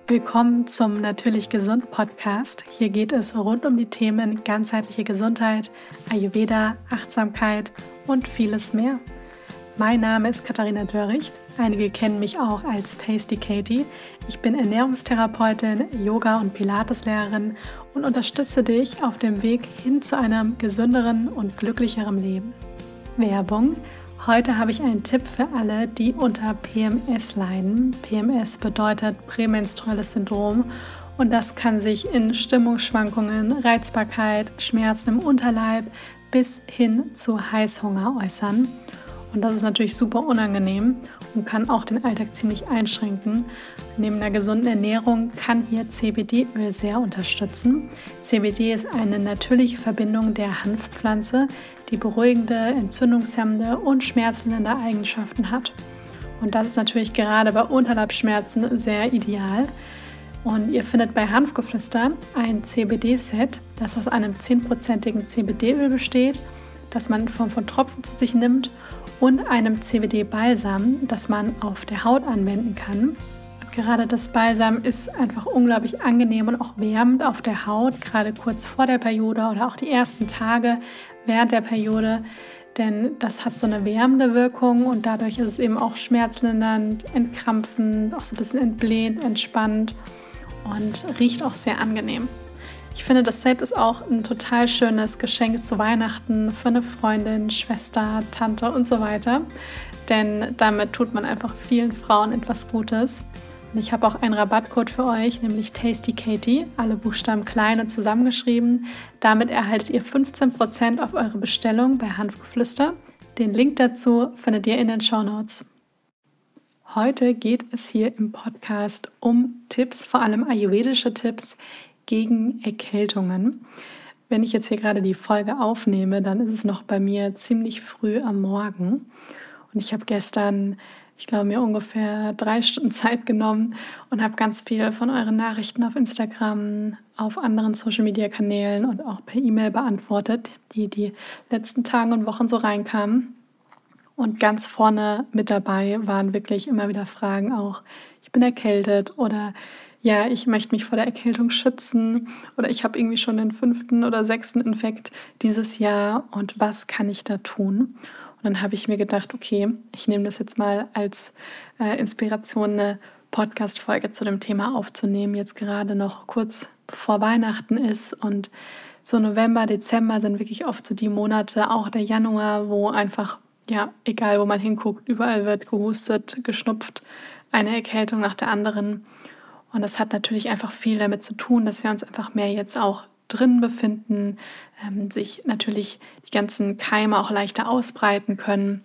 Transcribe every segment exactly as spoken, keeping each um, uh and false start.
Willkommen zum Natürlich Gesund Podcast. Hier geht es rund um die Themen ganzheitliche Gesundheit, Ayurveda, Achtsamkeit und vieles mehr. Mein Name ist Katharina Dörricht. Einige kennen mich auch als Tasty Katie. Ich bin Ernährungstherapeutin, Yoga- und Pilateslehrerin und unterstütze dich auf dem Weg hin zu einem gesünderen und glücklicheren Leben. Werbung. Heute habe ich einen Tipp für alle, die unter P M S leiden. P M S bedeutet prämenstruelles Syndrom und das kann sich in Stimmungsschwankungen, Reizbarkeit, Schmerzen im Unterleib bis hin zu Heißhunger äußern. Und das ist natürlich super unangenehm und kann auch den Alltag ziemlich einschränken. Neben einer gesunden Ernährung kann hier C B D-Öl sehr unterstützen. C B D ist eine natürliche Verbindung der Hanfpflanze, die beruhigende, entzündungshemmende und schmerzlindernde Eigenschaften hat. Und das ist natürlich gerade bei Unterleibsschmerzen sehr ideal. Und ihr findet bei Hanfgeflüster ein C B D-Set, das aus einem zehnprozentigen C B D-Öl besteht, das man in Form von Tropfen zu sich nimmt, und einem C B D-Balsam, das man auf der Haut anwenden kann. Und gerade das Balsam ist einfach unglaublich angenehm und auch wärmend auf der Haut, gerade kurz vor der Periode oder auch die ersten Tage während der Periode, denn das hat so eine wärmende Wirkung und dadurch ist es eben auch schmerzlindernd, entkrampfend, auch so ein bisschen entblähend, entspannt und riecht auch sehr angenehm. Ich finde, das Set ist auch ein total schönes Geschenk zu Weihnachten für eine Freundin, Schwester, Tante und so weiter. Denn damit tut man einfach vielen Frauen etwas Gutes. Und ich habe auch einen Rabattcode für euch, nämlich Tasty Katie, alle Buchstaben klein und zusammengeschrieben. Damit erhaltet ihr fünfzehn Prozent auf eure Bestellung bei Hanfgeflüster. Den Link dazu findet ihr in den Shownotes. Heute geht es hier im Podcast um Tipps, vor allem ayurvedische Tipps, gegen Erkältungen. Wenn ich jetzt hier gerade die Folge aufnehme, dann ist es noch bei mir ziemlich früh am Morgen. Und ich habe gestern, ich glaube, mir ungefähr drei Stunden Zeit genommen und habe ganz viel von euren Nachrichten auf Instagram, auf anderen Social-Media-Kanälen und auch per E-Mail beantwortet, die die letzten Tage und Wochen so reinkamen. Und ganz vorne mit dabei waren wirklich immer wieder Fragen auch, ich bin erkältet oder ja, ich möchte mich vor der Erkältung schützen oder ich habe irgendwie schon den fünften oder sechsten Infekt dieses Jahr und was kann ich da tun? Und dann habe ich mir gedacht, okay, ich nehme das jetzt mal als äh, Inspiration, eine Podcast-Folge zu dem Thema aufzunehmen, jetzt gerade noch kurz bevor Weihnachten ist und so November, Dezember sind wirklich oft so die Monate, auch der Januar, wo einfach, ja, egal wo man hinguckt, überall wird gehustet, geschnupft, eine Erkältung nach der anderen. Und das hat natürlich einfach viel damit zu tun, dass wir uns einfach mehr jetzt auch drin befinden, ähm, sich natürlich die ganzen Keime auch leichter ausbreiten können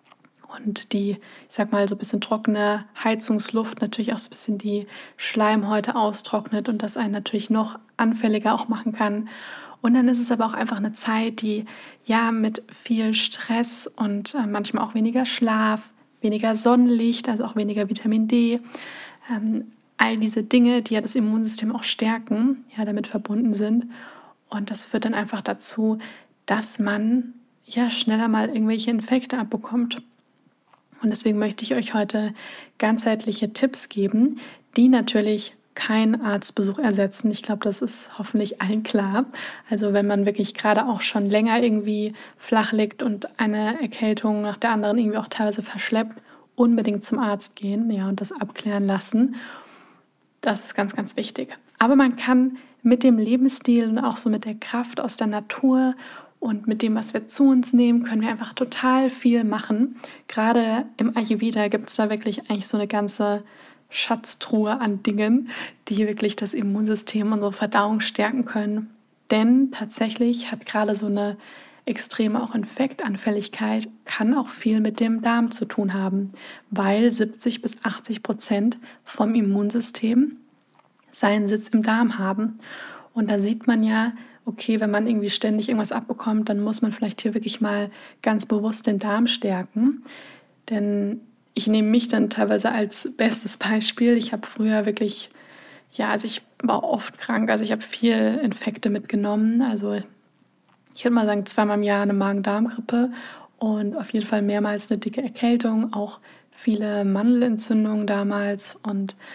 und die, ich sag mal, so ein bisschen trockene Heizungsluft natürlich auch so ein bisschen die Schleimhäute austrocknet und das einen natürlich noch anfälliger auch machen kann. Und dann ist es aber auch einfach eine Zeit, die ja mit viel Stress und äh, manchmal auch weniger Schlaf, weniger Sonnenlicht, also auch weniger Vitamin D, ähm, all diese Dinge, die ja das Immunsystem auch stärken, ja, damit verbunden sind. Und das führt dann einfach dazu, dass man ja schneller mal irgendwelche Infekte abbekommt. Und deswegen möchte ich euch heute ganzheitliche Tipps geben, die natürlich keinen Arztbesuch ersetzen. Ich glaube, das ist hoffentlich allen klar. Also wenn man wirklich gerade auch schon länger irgendwie flach liegt und eine Erkältung nach der anderen irgendwie auch teilweise verschleppt, unbedingt zum Arzt gehen, ja, und das abklären lassen. Das ist ganz, ganz wichtig. Aber man kann mit dem Lebensstil und auch so mit der Kraft aus der Natur und mit dem, was wir zu uns nehmen, können wir einfach total viel machen. Gerade im Ayurveda gibt es da wirklich eigentlich so eine ganze Schatztruhe an Dingen, die wirklich das Immunsystem, unsere Verdauung stärken können. Denn tatsächlich hat gerade so eine extreme auch Infektanfälligkeit kann auch viel mit dem Darm zu tun haben, weil siebzig bis achtzig Prozent vom Immunsystem seinen Sitz im Darm haben. Und da sieht man ja, okay, wenn man irgendwie ständig irgendwas abbekommt, dann muss man vielleicht hier wirklich mal ganz bewusst den Darm stärken. Denn ich nehme mich dann teilweise als bestes Beispiel. Ich habe früher wirklich, ja, also ich war oft krank, also ich habe viel Infekte mitgenommen, also ich würde mal sagen, zweimal im Jahr eine Magen-Darm-Grippe und auf jeden Fall mehrmals eine dicke Erkältung, auch viele Mandelentzündungen damals. Und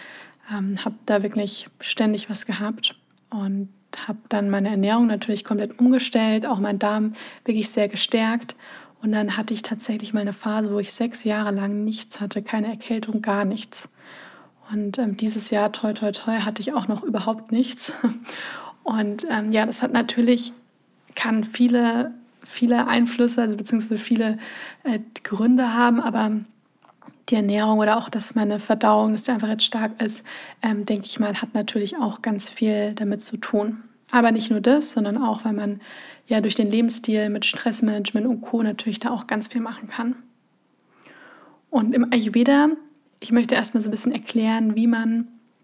ähm, habe da wirklich ständig was gehabt und habe dann meine Ernährung natürlich komplett umgestellt, auch meinen Darm wirklich sehr gestärkt. Und dann hatte ich tatsächlich mal eine Phase, wo ich sechs Jahre lang nichts hatte, keine Erkältung, gar nichts. Und ähm, dieses Jahr, toi, toi, toi, hatte ich auch noch überhaupt nichts. Und ähm, ja, das hat natürlich, kann viele, viele Einflüsse, also beziehungsweise viele äh, Gründe haben, aber die Ernährung oder auch, dass meine Verdauung, dass die einfach jetzt stark ist, ähm, denke ich mal, hat natürlich auch ganz viel damit zu tun. Aber nicht nur das, sondern auch, weil man ja durch den Lebensstil mit Stressmanagement und Co. natürlich da auch ganz viel machen kann. Und im Ayurveda, ich möchte erstmal so ein bisschen erklären, wie man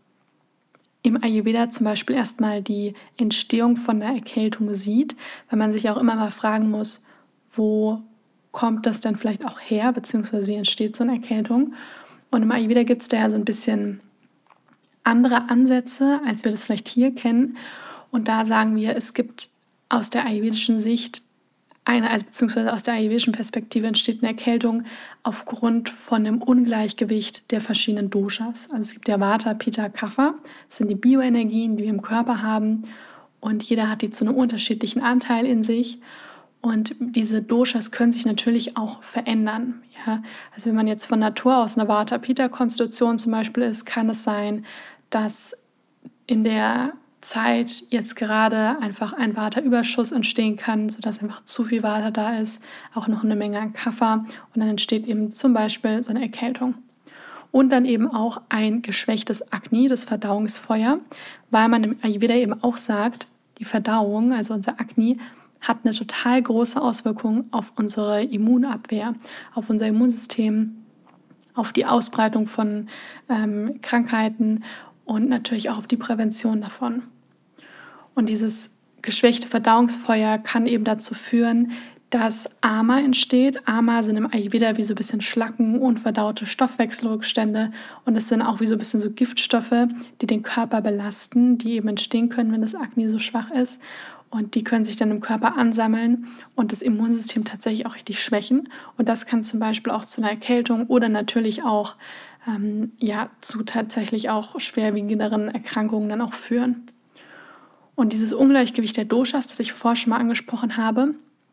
im Ayurveda zum Beispiel erstmal die Entstehung von der Erkältung sieht, weil man sich auch immer mal fragen muss, wo kommt das denn vielleicht auch her, beziehungsweise wie entsteht so eine Erkältung. Und im Ayurveda gibt es da ja so ein bisschen andere Ansätze, als wir das vielleicht hier kennen. Und da sagen wir, es gibt aus der ayurvedischen Sicht eine, also beziehungsweise aus der ayurvedischen Perspektive entsteht eine Erkältung aufgrund von dem Ungleichgewicht der verschiedenen Doshas. Also es gibt ja Vata, Pitta, Kapha. Das sind die Bioenergien, die wir im Körper haben. Und jeder hat die zu einem unterschiedlichen Anteil in sich. Und diese Doshas können sich natürlich auch verändern. Ja? Also wenn man jetzt von Natur aus eine Vata-Pitta-Konstitution zum Beispiel ist, kann es sein, dass in der Zeit jetzt gerade einfach ein Vata-Überschuss entstehen kann, sodass einfach zu viel Vata da ist, auch noch eine Menge an Kapha und dann entsteht eben zum Beispiel so eine Erkältung. Und dann eben auch ein geschwächtes Agni, das Verdauungsfeuer, weil man im Ayurveda eben auch sagt, die Verdauung, also unser Agni, hat eine total große Auswirkung auf unsere Immunabwehr, auf unser Immunsystem, auf die Ausbreitung von ähm, Krankheiten und natürlich auch auf die Prävention davon. Und dieses geschwächte Verdauungsfeuer kann eben dazu führen, dass Ama entsteht. Ama sind im Ayurveda wie so ein bisschen Schlacken, unverdaute Stoffwechselrückstände und es sind auch wie so ein bisschen so Giftstoffe, die den Körper belasten, die eben entstehen können, wenn das Agni so schwach ist. Und die können sich dann im Körper ansammeln und das Immunsystem tatsächlich auch richtig schwächen. Und das kann zum Beispiel auch zu einer Erkältung oder natürlich auch ähm, ja, zu tatsächlich auch schwerwiegenderen Erkrankungen dann auch führen. Und dieses Ungleichgewicht der Doshas, das ich vorher schon mal angesprochen habe,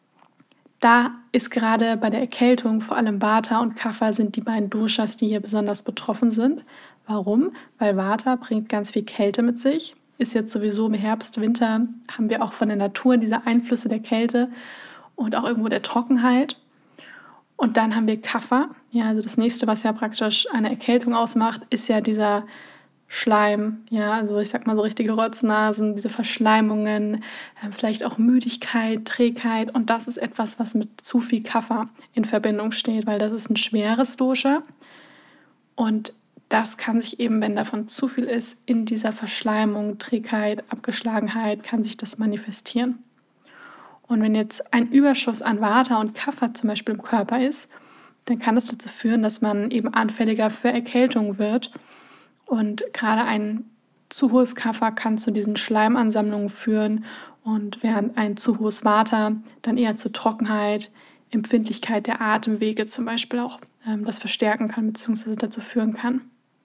da ist gerade bei der Erkältung vor allem Vata und Kapha sind die beiden Doshas, die hier besonders betroffen sind. Warum? Weil Vata bringt ganz viel Kälte mit sich. Ist jetzt sowieso im Herbst, Winter, haben wir auch von der Natur diese Einflüsse der Kälte und auch irgendwo der Trockenheit. Und dann haben wir Kapha. Ja, also das nächste, was ja praktisch eine Erkältung ausmacht, ist ja dieser Schleim, ja, also ich sag mal so richtige Rotznasen, diese Verschleimungen, äh, vielleicht auch Müdigkeit, Trägheit und das ist etwas, was mit zu viel Kapha in Verbindung steht, weil das ist ein schweres Dosha und das kann sich eben, wenn davon zu viel ist, in dieser Verschleimung, Trägheit, Abgeschlagenheit, kann sich das manifestieren. Und wenn jetzt ein Überschuss an Vata und Kapha zum Beispiel im Körper ist, dann kann das dazu führen, dass man eben anfälliger für Erkältung wird. Und gerade ein zu hohes Kapha kann zu diesen Schleimansammlungen führen und während ein zu hohes Vata dann eher zu Trockenheit, Empfindlichkeit der Atemwege zum Beispiel auch ähm, das verstärken kann bzw. dazu führen kann.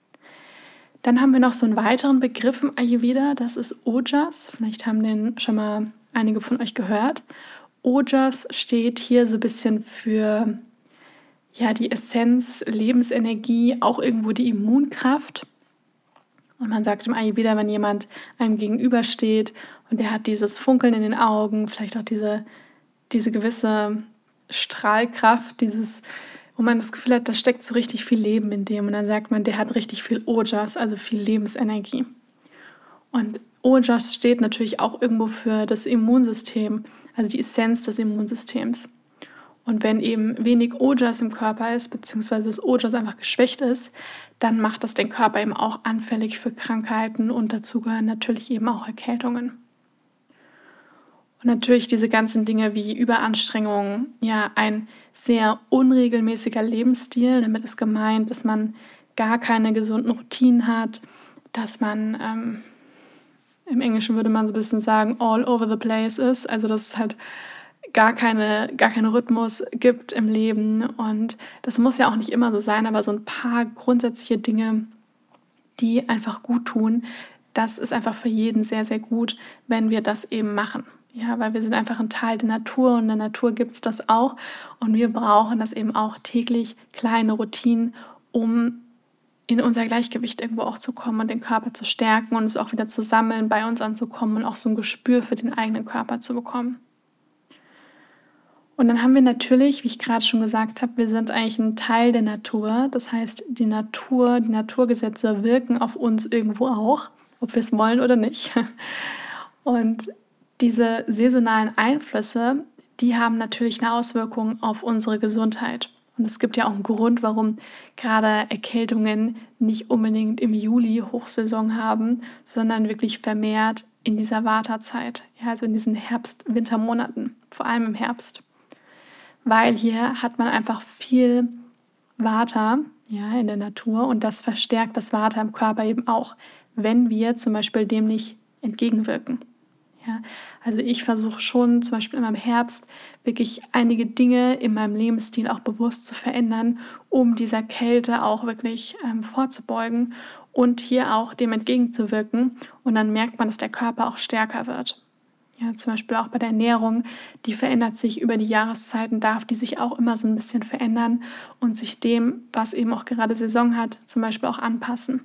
Dann haben wir noch so einen weiteren Begriff im Ayurveda, das ist Ojas. Vielleicht haben den schon mal einige von euch gehört. Ojas steht hier so ein bisschen für ja, die Essenz, Lebensenergie, auch irgendwo die Immunkraft. Und man sagt im Ayurveda, wenn jemand einem gegenübersteht und der hat dieses Funkeln in den Augen, vielleicht auch diese, diese gewisse Strahlkraft, dieses, wo man das Gefühl hat, da steckt so richtig viel Leben in dem. Und dann sagt man, der hat richtig viel Ojas, also viel Lebensenergie. Und Ojas steht natürlich auch irgendwo für das Immunsystem, also die Essenz des Immunsystems. Und wenn eben wenig Ojas im Körper ist, beziehungsweise das Ojas einfach geschwächt ist, dann macht das den Körper eben auch anfällig für Krankheiten und dazu gehören natürlich eben auch Erkältungen. Und natürlich diese ganzen Dinge wie Überanstrengung, ja, ein sehr unregelmäßiger Lebensstil. Damit ist gemeint, dass man gar keine gesunden Routinen hat, dass man, ähm, im Englischen würde man so ein bisschen sagen, all over the place ist. Also dass es halt gar keine, gar keinen Rhythmus gibt im Leben. Und das muss ja auch nicht immer so sein, aber so ein paar grundsätzliche Dinge, die einfach gut tun. Das ist einfach für jeden sehr, sehr gut, wenn wir das eben machen. Ja, weil wir sind einfach ein Teil der Natur und in der Natur gibt es das auch. Und wir brauchen das eben auch täglich, kleine Routinen, um in unser Gleichgewicht irgendwo auch zu kommen und den Körper zu stärken und es auch wieder zu sammeln, bei uns anzukommen und auch so ein Gespür für den eigenen Körper zu bekommen. Und dann haben wir natürlich, wie ich gerade schon gesagt habe, wir sind eigentlich ein Teil der Natur. Das heißt, die Natur, die Naturgesetze wirken auf uns irgendwo auch, ob wir es wollen oder nicht. Und diese saisonalen Einflüsse, die haben natürlich eine Auswirkung auf unsere Gesundheit. Und es gibt ja auch einen Grund, warum gerade Erkältungen nicht unbedingt im Juli Hochsaison haben, sondern wirklich vermehrt in dieser Vata-Zeit, ja, also in diesen Herbst-Wintermonaten, vor allem im Herbst. Weil hier hat man einfach viel Vata, ja, in der Natur und das verstärkt das Vata im Körper eben auch, wenn wir zum Beispiel dem nicht entgegenwirken. Ja, also ich versuche schon zum Beispiel in meinem Herbst wirklich einige Dinge in meinem Lebensstil auch bewusst zu verändern, um dieser Kälte auch wirklich ähm, vorzubeugen und hier auch dem entgegenzuwirken. Und dann merkt man, dass der Körper auch stärker wird. Ja, zum Beispiel auch bei der Ernährung, die verändert sich über die Jahreszeiten, darf die sich auch immer so ein bisschen verändern und sich dem, was eben auch gerade Saison hat, zum Beispiel auch anpassen.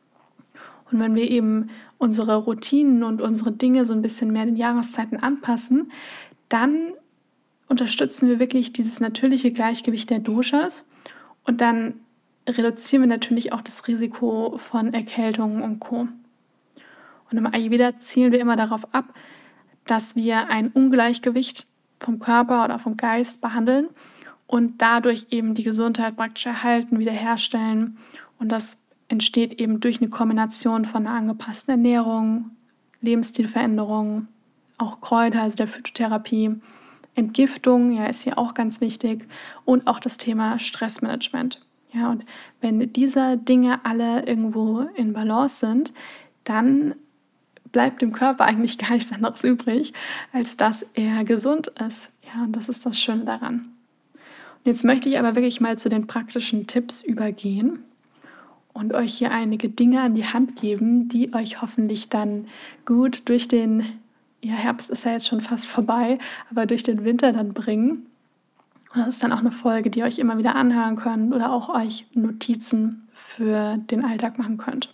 Und wenn wir eben unsere Routinen und unsere Dinge so ein bisschen mehr den Jahreszeiten anpassen, dann unterstützen wir wirklich dieses natürliche Gleichgewicht der Doshas und dann reduzieren wir natürlich auch das Risiko von Erkältungen und Co. Und im Ayurveda zielen wir immer darauf ab, dass wir ein Ungleichgewicht vom Körper oder vom Geist behandeln und dadurch eben die Gesundheit praktisch erhalten, wiederherstellen. Und das entsteht eben durch eine Kombination von einer angepassten Ernährung, Lebensstilveränderung, auch Kräuter, also der Phytotherapie, Entgiftung, ja, ist hier auch ganz wichtig und auch das Thema Stressmanagement. Ja, und wenn diese Dinge alle irgendwo in Balance sind, dann bleibt dem Körper eigentlich gar nichts anderes übrig, als dass er gesund ist. Ja, und das ist das Schöne daran. Und jetzt möchte ich aber wirklich mal zu den praktischen Tipps übergehen und euch hier einige Dinge an die Hand geben, die euch hoffentlich dann gut durch den, ja, Herbst ist ja jetzt schon fast vorbei, aber durch den Winter dann bringen. Und das ist dann auch eine Folge, die ihr euch immer wieder anhören könnt oder auch euch Notizen für den Alltag machen könnt.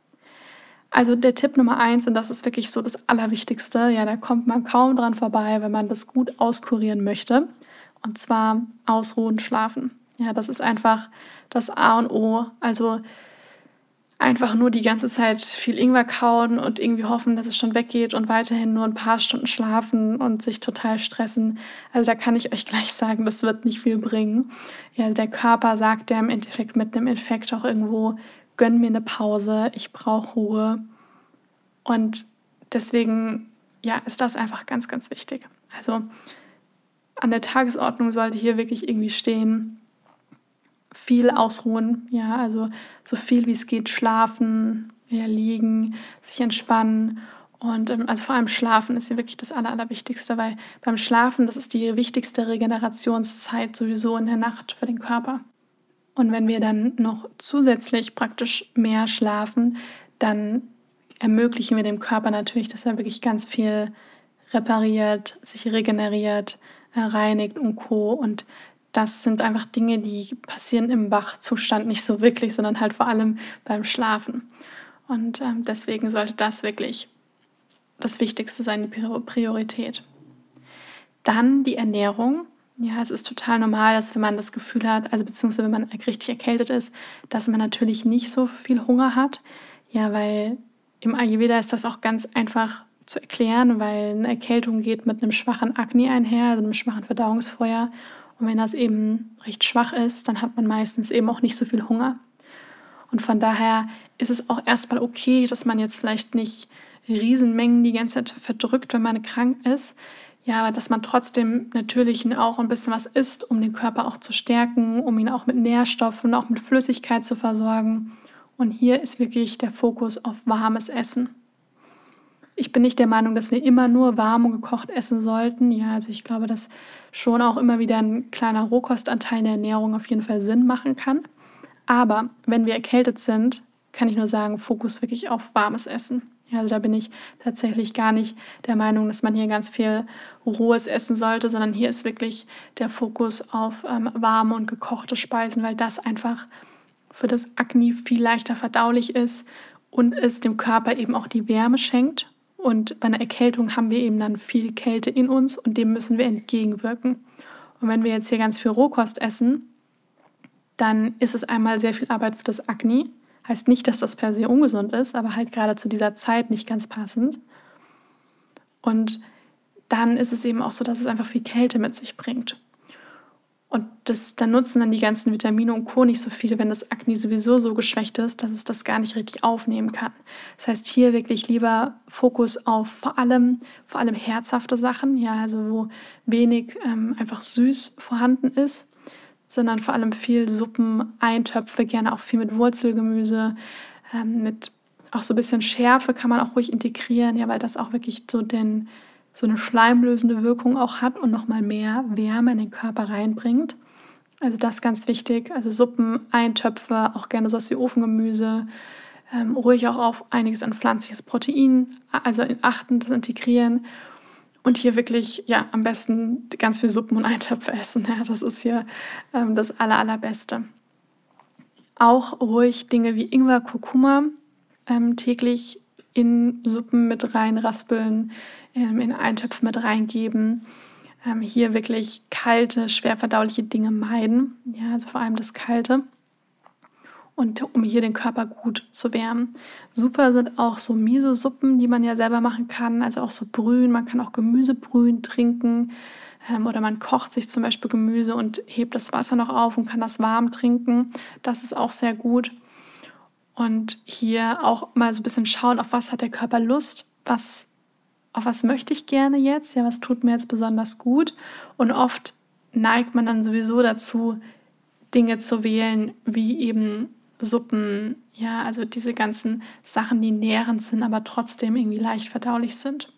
Also der Tipp Nummer eins, und das ist wirklich so das Allerwichtigste, ja, da kommt man kaum dran vorbei, wenn man das gut auskurieren möchte, und zwar ausruhen, schlafen. Ja, das ist einfach das A und O. Also einfach nur die ganze Zeit viel Ingwer kauen und irgendwie hoffen, dass es schon weggeht und weiterhin nur ein paar Stunden schlafen und sich total stressen. Also da kann ich euch gleich sagen, das wird nicht viel bringen. Ja, der Körper sagt ja im Endeffekt mit einem Infekt auch irgendwo, gönn mir eine Pause, ich brauche Ruhe. Und deswegen, ja, ist das einfach ganz, ganz wichtig. Also an der Tagesordnung sollte hier wirklich irgendwie stehen, viel ausruhen, ja, also so viel wie es geht schlafen, ja, liegen, sich entspannen. Und ähm, also vor allem Schlafen ist hier wirklich das Aller, Allerwichtigste, weil beim Schlafen, das ist die wichtigste Regenerationszeit sowieso in der Nacht für den Körper. Und wenn wir dann noch zusätzlich praktisch mehr schlafen, dann ermöglichen wir dem Körper natürlich, dass er wirklich ganz viel repariert, sich regeneriert, reinigt und Co. Und das sind einfach Dinge, die passieren im Wachzustand nicht so wirklich, sondern halt vor allem beim Schlafen. Und ähm, deswegen sollte das wirklich das Wichtigste sein, die Priorität. Dann die Ernährung. Ja, es ist total normal, dass wenn man das Gefühl hat, also beziehungsweise wenn man richtig erkältet ist, dass man natürlich nicht so viel Hunger hat. Ja, weil im Ayurveda ist das auch ganz einfach zu erklären, weil eine Erkältung geht mit einem schwachen Agni einher, also einem schwachen Verdauungsfeuer. Und wenn das eben recht schwach ist, dann hat man meistens eben auch nicht so viel Hunger. Und von daher ist es auch erstmal okay, dass man jetzt vielleicht nicht Riesenmengen die ganze Zeit verdrückt, wenn man krank ist. Ja, aber dass man trotzdem natürlich auch ein bisschen was isst, um den Körper auch zu stärken, um ihn auch mit Nährstoffen, auch mit Flüssigkeit zu versorgen. Und hier ist wirklich der Fokus auf warmes Essen. Ich bin nicht der Meinung, dass wir immer nur warm und gekocht essen sollten. Ja, also ich glaube, dass schon auch immer wieder ein kleiner Rohkostanteil in der Ernährung auf jeden Fall Sinn machen kann. Aber wenn wir erkältet sind, kann ich nur sagen, Fokus wirklich auf warmes Essen. Ja, also da bin ich tatsächlich gar nicht der Meinung, dass man hier ganz viel rohes essen sollte, sondern hier ist wirklich der Fokus auf ähm, warme und gekochte Speisen, weil das einfach für das Akne viel leichter verdaulich ist und es dem Körper eben auch die Wärme schenkt. Und bei einer Erkältung haben wir eben dann viel Kälte in uns und dem müssen wir entgegenwirken. Und wenn wir jetzt hier ganz viel Rohkost essen, dann ist es einmal sehr viel Arbeit für das Akne. Heißt nicht, dass das per se ungesund ist, aber halt gerade zu dieser Zeit nicht ganz passend. Und dann ist es eben auch so, dass es einfach viel Kälte mit sich bringt. Und das, dann nutzen dann die ganzen Vitamine und Co. nicht so viel, wenn das Akne sowieso so geschwächt ist, dass es das gar nicht richtig aufnehmen kann. Das heißt, hier wirklich lieber Fokus auf vor allem, vor allem herzhafte Sachen, ja, also wo wenig ähm, einfach süß vorhanden ist, sondern vor allem viel Suppen, Eintöpfe, gerne auch viel mit Wurzelgemüse, ähm, mit auch so ein bisschen Schärfe kann man auch ruhig integrieren, ja, weil das auch wirklich so den so eine schleimlösende Wirkung auch hat und nochmal mehr Wärme in den Körper reinbringt. Also das ist ganz wichtig. Also Suppen, Eintöpfe, auch gerne sowas wie Ofengemüse, ähm, ruhig auch auf einiges an pflanzliches Protein, also achten, das integrieren und hier wirklich, ja, am besten ganz viel Suppen und Eintöpfe essen. Ja, das ist hier ähm, das aller, allerbeste. Auch ruhig Dinge wie Ingwer, Kurkuma ähm, täglich in Suppen mit reinraspeln, ähm, in Eintöpfe mit reingeben. Ähm, hier wirklich kalte, schwer verdauliche Dinge meiden. Ja, also vor allem das Kalte. Und um hier den Körper gut zu wärmen. Super sind auch so Miso-Suppen, die man ja selber machen kann. Also auch so Brühen. Man kann auch Gemüsebrühen trinken. Ähm, oder man kocht sich zum Beispiel Gemüse und hebt das Wasser noch auf und kann das warm trinken. Das ist auch sehr gut. Und hier auch mal so ein bisschen schauen, auf was hat der Körper Lust, was, auf was möchte ich gerne jetzt, ja, was tut mir jetzt besonders gut. Und oft neigt man dann sowieso dazu, Dinge zu wählen, wie eben Suppen, ja, also diese ganzen Sachen, die nährend sind, aber trotzdem irgendwie leicht verdaulich sind.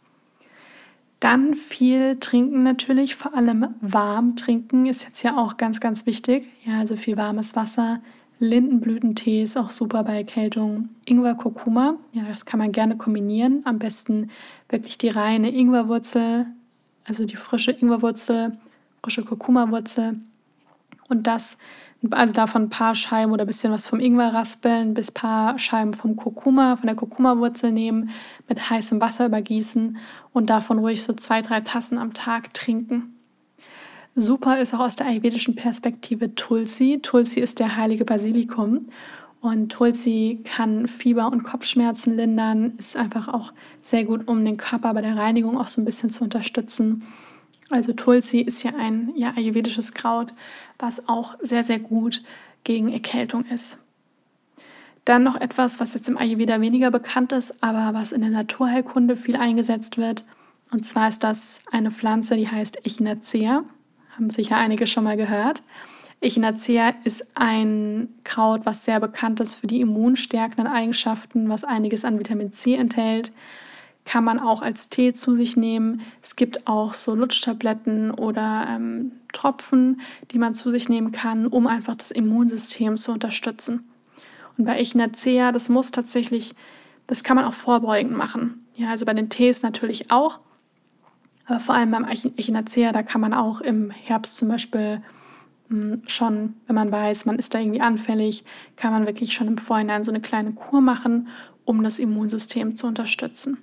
Dann viel trinken natürlich, vor allem warm trinken ist jetzt ja auch ganz, ganz wichtig. Ja, also viel warmes Wasser. Lindenblütentee ist auch super bei Erkältung. Ingwer, Kurkuma, ja, das kann man gerne kombinieren. Am besten wirklich die reine Ingwerwurzel, also die frische Ingwerwurzel, frische Kurkumawurzel und das, also davon ein paar Scheiben oder ein bisschen was vom Ingwer raspeln, bis ein paar Scheiben vom Kurkuma, von der Kurkumawurzel nehmen, mit heißem Wasser übergießen und davon ruhig so zwei, drei Tassen am Tag trinken. Super ist auch aus der ayurvedischen Perspektive Tulsi. Tulsi ist der heilige Basilikum und Tulsi kann Fieber und Kopfschmerzen lindern, ist einfach auch sehr gut, um den Körper bei der Reinigung auch so ein bisschen zu unterstützen. Also Tulsi ist ja ein ja, ayurvedisches Kraut, was auch sehr, sehr gut gegen Erkältung ist. Dann noch etwas, was jetzt im Ayurveda weniger bekannt ist, aber was in der Naturheilkunde viel eingesetzt wird. Und zwar ist das eine Pflanze, die heißt Echinacea. Haben sicher einige schon mal gehört. Echinacea ist ein Kraut, was sehr bekannt ist für die immunstärkenden Eigenschaften, was einiges an Vitamin C enthält. Kann man auch als Tee zu sich nehmen. Es gibt auch so Lutschtabletten oder ähm, Tropfen, die man zu sich nehmen kann, um einfach das Immunsystem zu unterstützen. Und bei Echinacea, das muss tatsächlich, das kann man auch vorbeugend machen. Ja, also bei den Tees natürlich auch. Aber vor allem beim Echinacea, da kann man auch im Herbst zum Beispiel mh, schon, wenn man weiß, man ist da irgendwie anfällig, kann man wirklich schon im Vorhinein so eine kleine Kur machen, um das Immunsystem zu unterstützen.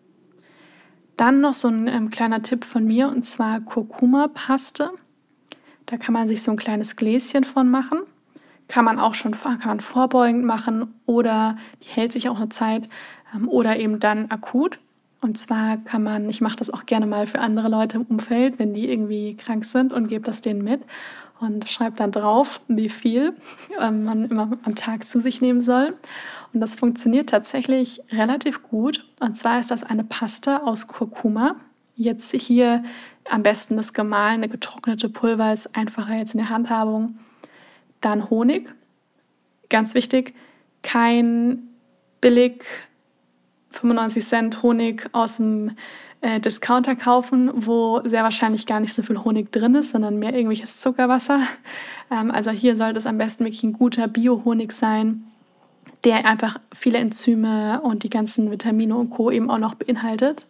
Dann noch so ein ähm, kleiner Tipp von mir, und zwar Kurkuma-Paste. Da kann man sich so ein kleines Gläschen von machen. Kann man auch schon kann man vorbeugend machen oder die hält sich auch eine Zeit ähm, oder eben dann akut. Und zwar kann man, ich mache das auch gerne mal für andere Leute im Umfeld, wenn die irgendwie krank sind und gebe das denen mit und schreibe dann drauf, wie viel ähm, man immer am Tag zu sich nehmen soll. Und das funktioniert tatsächlich relativ gut. Und zwar ist das eine Paste aus Kurkuma. Jetzt hier am besten das gemahlene, getrocknete Pulver ist einfacher jetzt in der Handhabung. Dann Honig, ganz wichtig, kein billig fünfundneunzig Cent Honig aus dem äh, Discounter kaufen, wo sehr wahrscheinlich gar nicht so viel Honig drin ist, sondern mehr irgendwelches Zuckerwasser. Ähm, also hier sollte es am besten wirklich ein guter Bio-Honig sein, der einfach viele Enzyme und die ganzen Vitamine und Co. eben auch noch beinhaltet.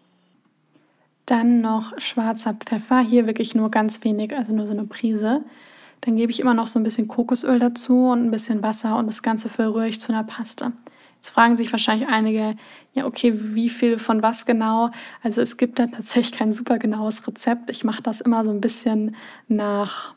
Dann noch schwarzer Pfeffer, hier wirklich nur ganz wenig, also nur so eine Prise. Dann gebe ich immer noch so ein bisschen Kokosöl dazu und ein bisschen Wasser und das Ganze verrühre ich zu einer Paste. Jetzt fragen sich wahrscheinlich einige, ja okay, wie viel von was genau? Also es gibt da tatsächlich kein super genaues Rezept. Ich mache das immer so ein bisschen nach,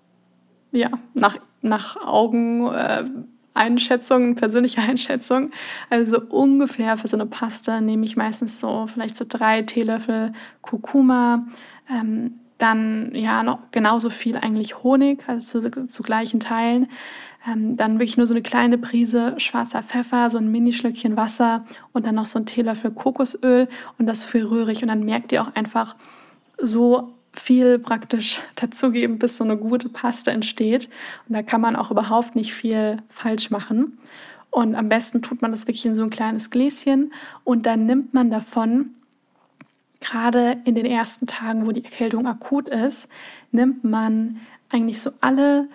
ja, nach, nach Augen. Äh, Einschätzung, persönliche Einschätzung. Also ungefähr für so eine Paste nehme ich meistens so vielleicht so drei Teelöffel Kurkuma, ähm, dann ja noch genauso viel eigentlich Honig, also zu, zu gleichen Teilen. Ähm, dann wirklich nur so eine kleine Prise schwarzer Pfeffer, so ein Minischlückchen Wasser und dann noch so ein Teelöffel Kokosöl und das verrühre ich und dann merkt ihr auch einfach so viel praktisch dazugeben, bis so eine gute Paste entsteht. Und da kann man auch überhaupt nicht viel falsch machen. Und am besten tut man das wirklich in so ein kleines Gläschen und dann nimmt man davon, gerade in den ersten Tagen, wo die Erkältung akut ist, nimmt man eigentlich so alle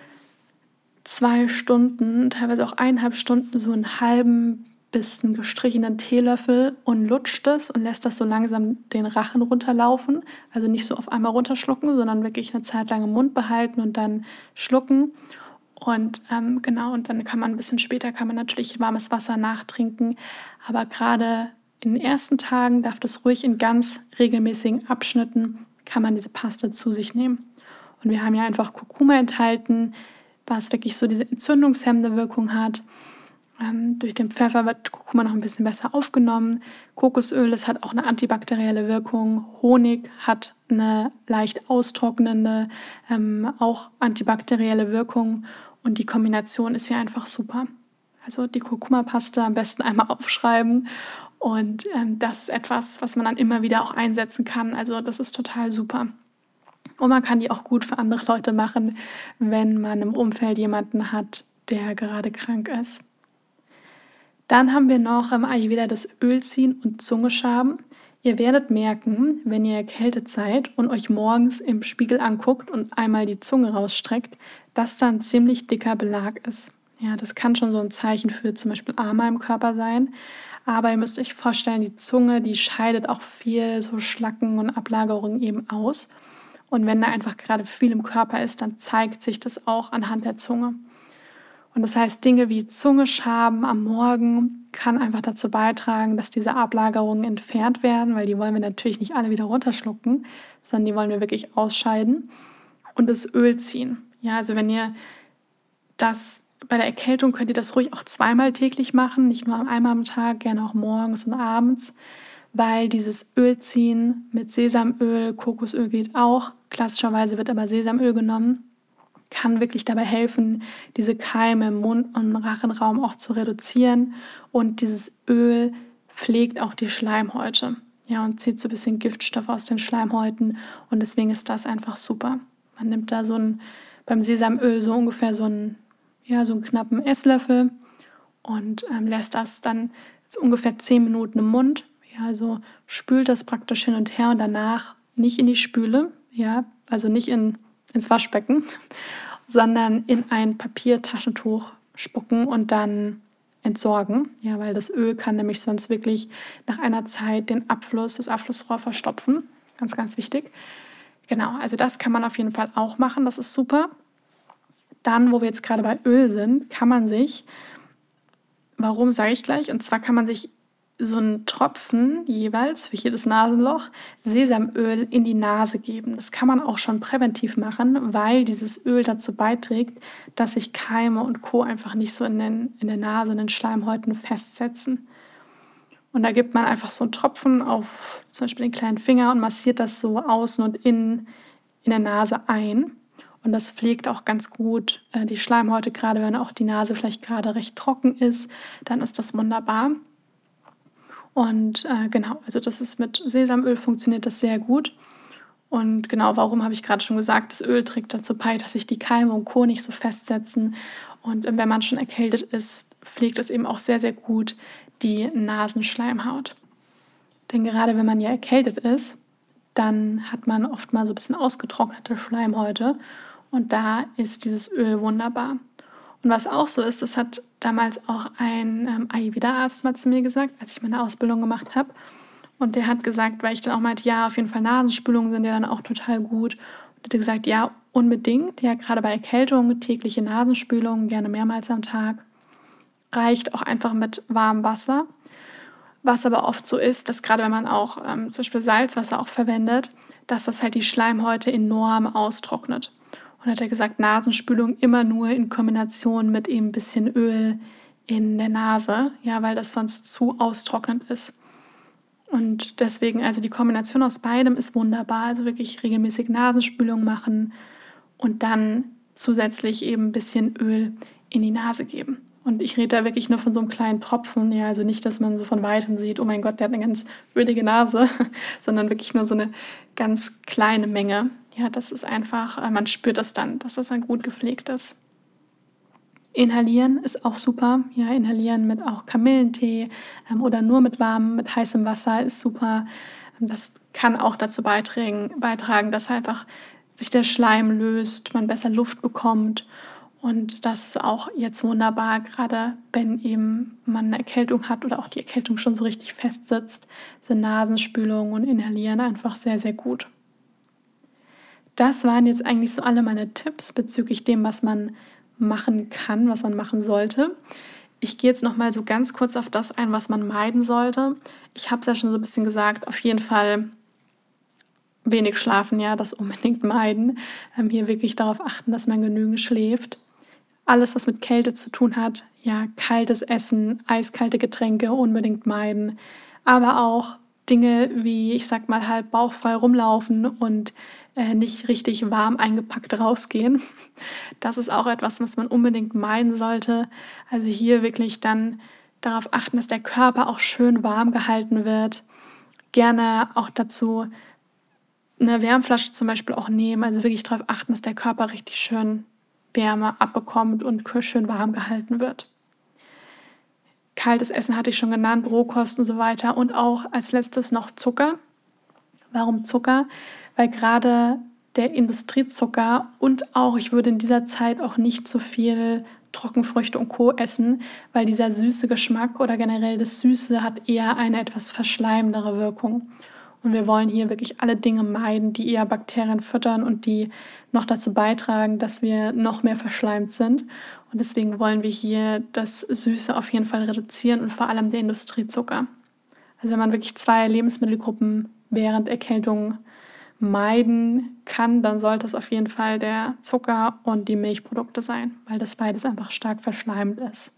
zwei Stunden, teilweise auch eineinhalb Stunden, so einen halben bis einen gestrichenen Teelöffel und lutscht es und lässt das so langsam den Rachen runterlaufen. Also nicht so auf einmal runterschlucken, sondern wirklich eine Zeit lang im Mund behalten und dann schlucken. Und ähm, genau, und dann kann man ein bisschen später, kann man natürlich warmes Wasser nachtrinken. Aber gerade in den ersten Tagen darf das ruhig in ganz regelmäßigen Abschnitten, kann man diese Paste zu sich nehmen. Und wir haben ja einfach Kurkuma enthalten, was wirklich so diese entzündungshemmende Wirkung hat. Ähm, durch den Pfeffer wird Kurkuma noch ein bisschen besser aufgenommen. Kokosöl, das hat auch eine antibakterielle Wirkung. Honig hat eine leicht austrocknende, ähm, auch antibakterielle Wirkung. Und die Kombination ist ja einfach super. Also die Kurkuma-Paste am besten einmal aufschreiben. Und ähm, das ist etwas, was man dann immer wieder auch einsetzen kann. Also das ist total super. Und man kann die auch gut für andere Leute machen, wenn man im Umfeld jemanden hat, der gerade krank ist. Dann haben wir noch im Ayurveda das Ölziehen und Zungeschaben. Ihr werdet merken, wenn ihr erkältet seid und euch morgens im Spiegel anguckt und einmal die Zunge rausstreckt, dass da ein ziemlich dicker Belag ist. Ja, das kann schon so ein Zeichen für zum Beispiel Ama im Körper sein. Aber ihr müsst euch vorstellen, die Zunge, die scheidet auch viel so Schlacken und Ablagerungen eben aus. Und wenn da einfach gerade viel im Körper ist, dann zeigt sich das auch anhand der Zunge. Und das heißt, Dinge wie Zungeschaben am Morgen kann einfach dazu beitragen, dass diese Ablagerungen entfernt werden, weil die wollen wir natürlich nicht alle wieder runterschlucken, sondern die wollen wir wirklich ausscheiden. Und das Öl ziehen. Ja, also wenn ihr das bei der Erkältung könnt ihr das ruhig auch zweimal täglich machen, nicht nur einmal am Tag, gerne auch morgens und abends, weil dieses Ölziehen mit Sesamöl, Kokosöl geht auch. Klassischerweise wird aber Sesamöl genommen. Kann wirklich dabei helfen, diese Keime im Mund- und Rachenraum auch zu reduzieren. Und dieses Öl pflegt auch die Schleimhäute, ja, und zieht so ein bisschen Giftstoffe aus den Schleimhäuten. Und deswegen ist das einfach super. Man nimmt da so ein, beim Sesamöl so ungefähr so einen, ja, so einen knappen Esslöffel und ähm, lässt das dann so ungefähr zehn Minuten im Mund. Ja, also spült das praktisch hin und her und danach nicht in die Spüle, ja, also nicht in ins Waschbecken, sondern in ein Papiertaschentuch spucken und dann entsorgen. Ja, weil das Öl kann nämlich sonst wirklich nach einer Zeit den Abfluss, das Abflussrohr verstopfen. Ganz, ganz wichtig. Genau, also das kann man auf jeden Fall auch machen. Das ist super. Dann, wo wir jetzt gerade bei Öl sind, kann man sich, warum sage ich gleich, und zwar kann man sich so einen Tropfen jeweils für jedes Nasenloch Sesamöl in die Nase geben. Das kann man auch schon präventiv machen, weil dieses Öl dazu beiträgt, dass sich Keime und Co. einfach nicht so in, den, in der Nase, in den Schleimhäuten festsetzen. Und da gibt man einfach so einen Tropfen auf zum Beispiel den kleinen Finger und massiert das so außen und innen in der Nase ein. Und das pflegt auch ganz gut äh, die Schleimhäute, gerade wenn auch die Nase vielleicht gerade recht trocken ist, dann ist das wunderbar. Und äh, genau, also das ist mit Sesamöl funktioniert das sehr gut. Und genau, warum habe ich gerade schon gesagt, das Öl trägt dazu bei, dass sich die Keime und Co. nicht so festsetzen. Und äh, wenn man schon erkältet ist, pflegt es eben auch sehr, sehr gut die Nasenschleimhaut. Denn gerade wenn man ja erkältet ist, dann hat man oft mal so ein bisschen ausgetrocknete Schleimhäute. Und da ist dieses Öl wunderbar. Und was auch so ist, das hat damals auch ein ähm, Ayurveda-Arzt mal zu mir gesagt, als ich meine Ausbildung gemacht habe. Und der hat gesagt, weil ich dann auch meinte, ja, auf jeden Fall Nasenspülungen sind ja dann auch total gut. Und hat er gesagt, ja, unbedingt. Ja, gerade bei Erkältung, tägliche Nasenspülungen, gerne mehrmals am Tag. Reicht auch einfach mit warmem Wasser. Was aber oft so ist, dass gerade wenn man auch ähm, zum Beispiel Salzwasser auch verwendet, dass das halt die Schleimhäute enorm austrocknet. Und hat er gesagt, Nasenspülung immer nur in Kombination mit eben ein bisschen Öl in der Nase, ja, weil das sonst zu austrocknend ist. Und deswegen, also die Kombination aus beidem ist wunderbar. Also wirklich regelmäßig Nasenspülung machen und dann zusätzlich eben ein bisschen Öl in die Nase geben. Und ich rede da wirklich nur von so einem kleinen Tropfen, ja, also nicht, dass man so von Weitem sieht, oh mein Gott, der hat eine ganz ölige Nase, sondern wirklich nur so eine ganz kleine Menge. Ja, das ist einfach, man spürt das dann, dass das dann gut gepflegt ist. Inhalieren ist auch super. Ja, inhalieren mit auch Kamillentee ähm, oder nur mit warmem, mit heißem Wasser ist super. Das kann auch dazu beitragen, beitragen, dass einfach sich der Schleim löst, man besser Luft bekommt. Und das ist auch jetzt wunderbar, gerade wenn eben man eine Erkältung hat oder auch die Erkältung schon so richtig festsitzt, sind Nasenspülung und Inhalieren einfach sehr, sehr gut. Das waren jetzt eigentlich so alle meine Tipps bezüglich dem, was man machen kann, was man machen sollte. Ich gehe jetzt noch mal so ganz kurz auf das ein, was man meiden sollte. Ich habe es ja schon so ein bisschen gesagt, auf jeden Fall wenig schlafen, ja, das unbedingt meiden. Ähm, hier wirklich darauf achten, dass man genügend schläft. Alles, was mit Kälte zu tun hat, ja, kaltes Essen, eiskalte Getränke unbedingt meiden. Aber auch Dinge wie, ich sag mal, halb bauchfrei rumlaufen und äh, nicht richtig warm eingepackt rausgehen. Das ist auch etwas, was man unbedingt meiden sollte. Also hier wirklich dann darauf achten, dass der Körper auch schön warm gehalten wird. Gerne auch dazu eine Wärmflasche zum Beispiel auch nehmen. Also wirklich darauf achten, dass der Körper richtig schön Wärme abbekommt und schön warm gehalten wird. Kaltes Essen hatte ich schon genannt, Rohkost und so weiter. Und auch als letztes noch Zucker. Warum Zucker? Weil gerade der Industriezucker und auch, ich würde in dieser Zeit auch nicht so viel Trockenfrüchte und Co. essen, weil dieser süße Geschmack oder generell das Süße hat eher eine etwas verschleimendere Wirkung. Und wir wollen hier wirklich alle Dinge meiden, die eher Bakterien füttern und die noch dazu beitragen, dass wir noch mehr verschleimt sind. Und deswegen wollen wir hier das Süße auf jeden Fall reduzieren und vor allem den Industriezucker. Also wenn man wirklich zwei Lebensmittelgruppen während Erkältung meiden kann, dann sollte es auf jeden Fall der Zucker und die Milchprodukte sein, weil das beides einfach stark verschleimt ist.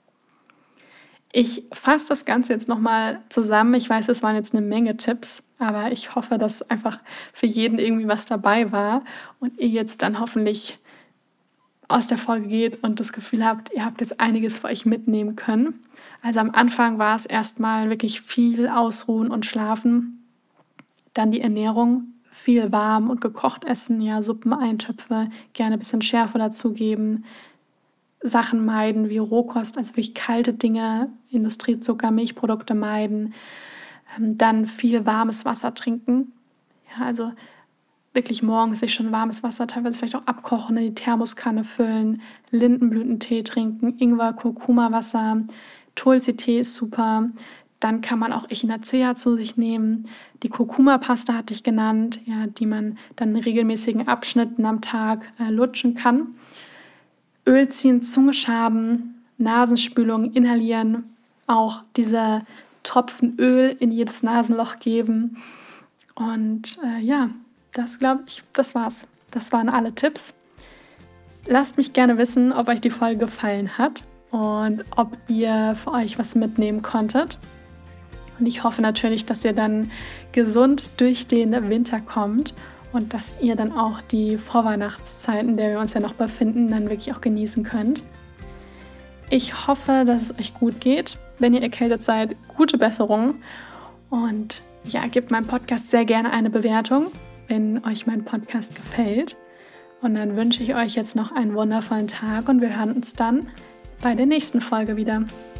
Ich fasse das Ganze jetzt nochmal zusammen. Ich weiß, es waren jetzt eine Menge Tipps, aber ich hoffe, dass einfach für jeden irgendwie was dabei war und ihr jetzt dann hoffentlich aus der Folge geht und das Gefühl habt, ihr habt jetzt einiges für euch mitnehmen können. Also am Anfang war es erstmal wirklich viel Ausruhen und Schlafen, dann die Ernährung, viel warm und gekocht essen, ja, Suppen, Eintöpfe, gerne ein bisschen Schärfe dazugeben, Sachen meiden wie Rohkost, also wirklich kalte Dinge, Industriezucker, Milchprodukte meiden, ähm, dann viel warmes Wasser trinken, ja, also wirklich morgens sich schon warmes Wasser, teilweise vielleicht auch abkochen, in die Thermoskanne füllen, Lindenblütentee trinken, Ingwer, Kurkuma-Wasser, Tulsi-Tee ist super. Dann kann man auch Echinacea zu sich nehmen. Die Kurkuma-Paste hatte ich genannt, ja, die man dann in regelmäßigen Abschnitten am Tag äh, lutschen kann. Öl ziehen, Zunge schaben, Nasenspülung, inhalieren, auch diese Tropfen Öl in jedes Nasenloch geben. Und äh, ja, das glaube ich, das war's. Das waren alle Tipps. Lasst mich gerne wissen, ob euch die Folge gefallen hat und ob ihr für euch was mitnehmen konntet. Und ich hoffe natürlich, dass ihr dann gesund durch den Winter kommt und dass ihr dann auch die Vorweihnachtszeit, in der wir uns ja noch befinden, dann wirklich auch genießen könnt. Ich hoffe, dass es euch gut geht. Wenn ihr erkältet seid, gute Besserung. Und ja, gebt meinem Podcast sehr gerne eine Bewertung, wenn euch mein Podcast gefällt. Und dann wünsche ich euch jetzt noch einen wundervollen Tag und wir hören uns dann bei der nächsten Folge wieder.